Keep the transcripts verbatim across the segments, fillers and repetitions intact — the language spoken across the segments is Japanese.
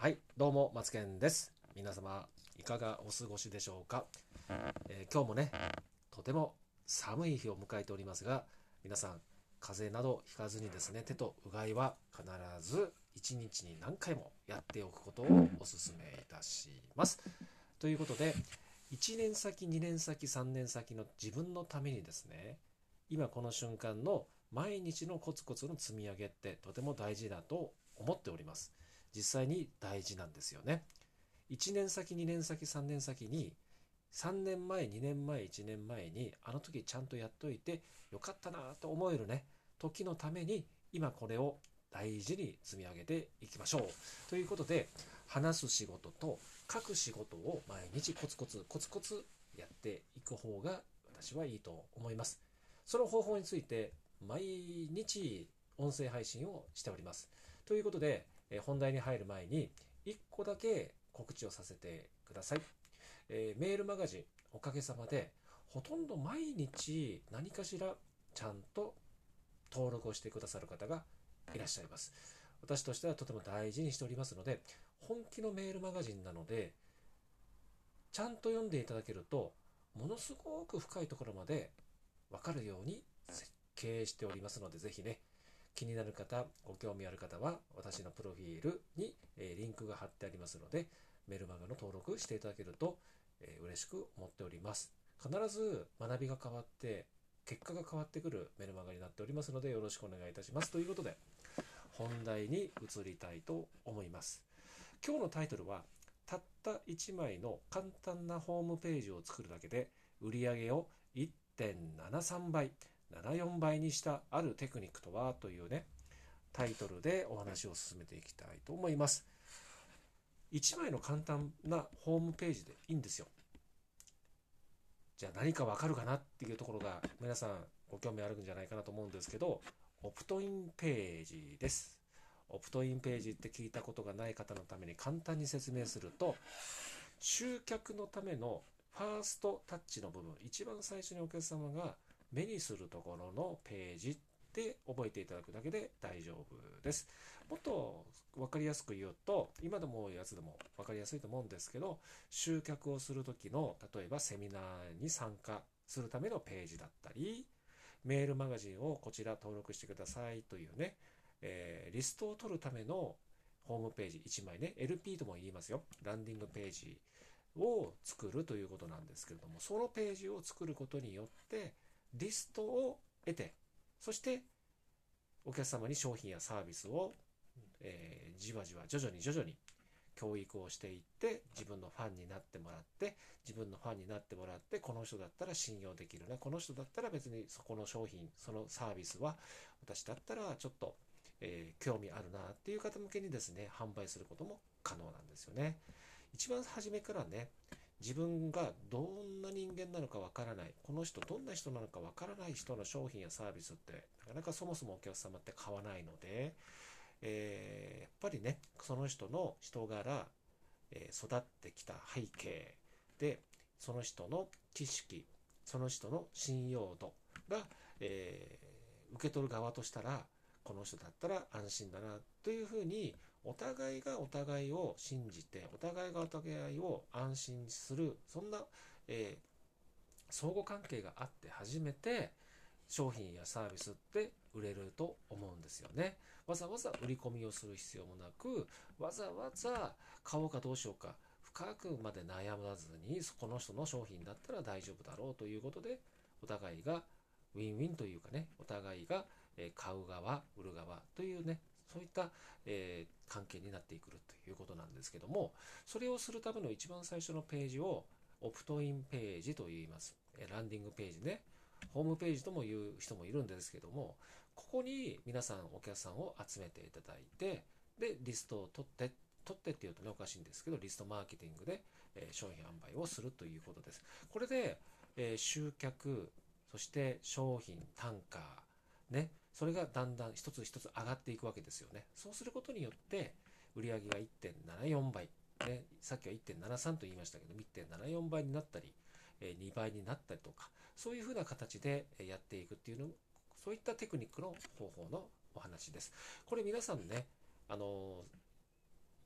はい、どうも、マツケンです。皆様、いかがお過ごしでしょうか。えー今日もね、とても寒い日を迎えておりますが、皆さん、風邪などひかずにですね、手とうがいは必ずいちにちに何回もやっておくことをお勧めいたします。ということで、いちねん先、にねん先、さんねん先の自分のためにですね、今この瞬間の毎日のコツコツの積み上げってとても大事だと思っております。実際に大事なんですよね。いちねん先、にねん先、さんねん先に、さんねんまえ、にねんまえ、いちねんまえに、あの時ちゃんとやっといてよかったなと思えるね、時のために、今これを大事に積み上げていきましょう。ということで、話す仕事と書く仕事を毎日コツコツコツコツやっていく方が私はいいと思います。その方法について毎日音声配信をしております。ということで、え本題に入る前にいっこだけ告知をさせてください。えーメールマガジン、おかげさまでほとんど毎日何かしらちゃんと登録をしてくださる方がいらっしゃいます。私としてはとても大事にしておりますので、本気のメールマガジンなので、ちゃんと読んでいただけると、ものすごく深いところまでわかるように設計しておりますので、ぜひね、気になる方、ご興味ある方は、私のプロフィールに、えーリンクが貼ってありますので、メルマガの登録していただけると、えー嬉しく思っております。必ず学びが変わって、結果が変わってくるメルマガになっておりますので、よろしくお願いいたします。ということで、本題に移りたいと思います。今日のタイトルは、たったいちまいの簡単なホームページを作るだけで売り上げを いってんななさん 倍、ななじゅうよんばいにしたあるテクニックとはというね、タイトルでお話を進めていきたいと思います。いちまいの簡単なホームページでいいんですよ。じゃあ何かわかるかなっていうところが皆さんご興味あるんじゃないかなと思うんですけど、オプトインページです。オプトインページって聞いたことがない方のために簡単に説明すると、集客のためのファーストタッチの部分、一番最初にお客様が目にするところのページで覚えていただくだけで大丈夫です。もっと分かりやすく言うと、今でもやつでも分かりやすいと思うんですけど、集客をする時の、例えばセミナーに参加するためのページだったり、メールマガジンをこちら登録してくださいというね、えーリストを取るためのホームページいちまいね、エルピー とも言いますよ。ランディングページを作るということなんですけれども、そのページを作ることによってリストを得て、そしてお客様に商品やサービスを、えーじわじわ徐々に徐々に教育をしていって、自分のファンになってもらって、自分のファンになってもらって、この人だったら信用できるな、この人だったら別にそこの商品、そのサービスは私だったらちょっと、えー興味あるなっていう方向けにですね、販売することも可能なんですよね。一番初めからね、自分がどんな人間なのかわからない、この人どんな人なのかわからない人の商品やサービスってなかなかそもそもお客様って買わないので、えーやっぱりね、その人の人柄、えー育ってきた背景で、その人の知識、その人の信用度が、えー受け取る側としたら、この人だったら安心だなというふうに、お互いがお互いを信じて、お互いがお互いを安心する、そんな、えー相互関係があって初めて商品やサービスって売れると思うんですよね。わざわざ売り込みをする必要もなく、わざわざ買おうかどうしようか深くまで悩まずに、この人の商品だったら大丈夫だろうということで、お互いがウィンウィンというかね、お互いが買う側売る側というね、そういった、えー関係になってくるということなんですけども、それをするための一番最初のページをオプトインページと言います。ランディングページね、ホームページとも言う人もいるんですけども、ここに皆さんお客さんを集めていただいて、でリストを取って取ってっていうとねおかしいんですけど、リストマーケティングで、えー商品販売をするということです。これで、えー集客、そして商品単価ね、それがだんだん一つ一つ上がっていくわけですよね。そうすることによって売上がいってんななよんばい、ね、さっきは いってんななさん と言いましたけど いってんななよん 倍になったり、えーにばいになったりとか、そういうふうな形でやっていくっていうの、そういったテクニックの方法のお話です。これ皆さんね、あの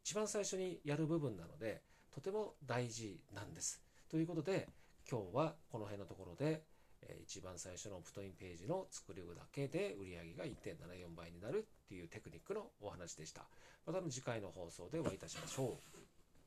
一番最初にやる部分なので、とても大事なんです。ということで、今日はこの辺のところで、えー一番最初のオプトインページの作るだけで売上がいってんななよんばいになるっていうテクニックのお話でした。また次回の放送でお会いいたしましょう。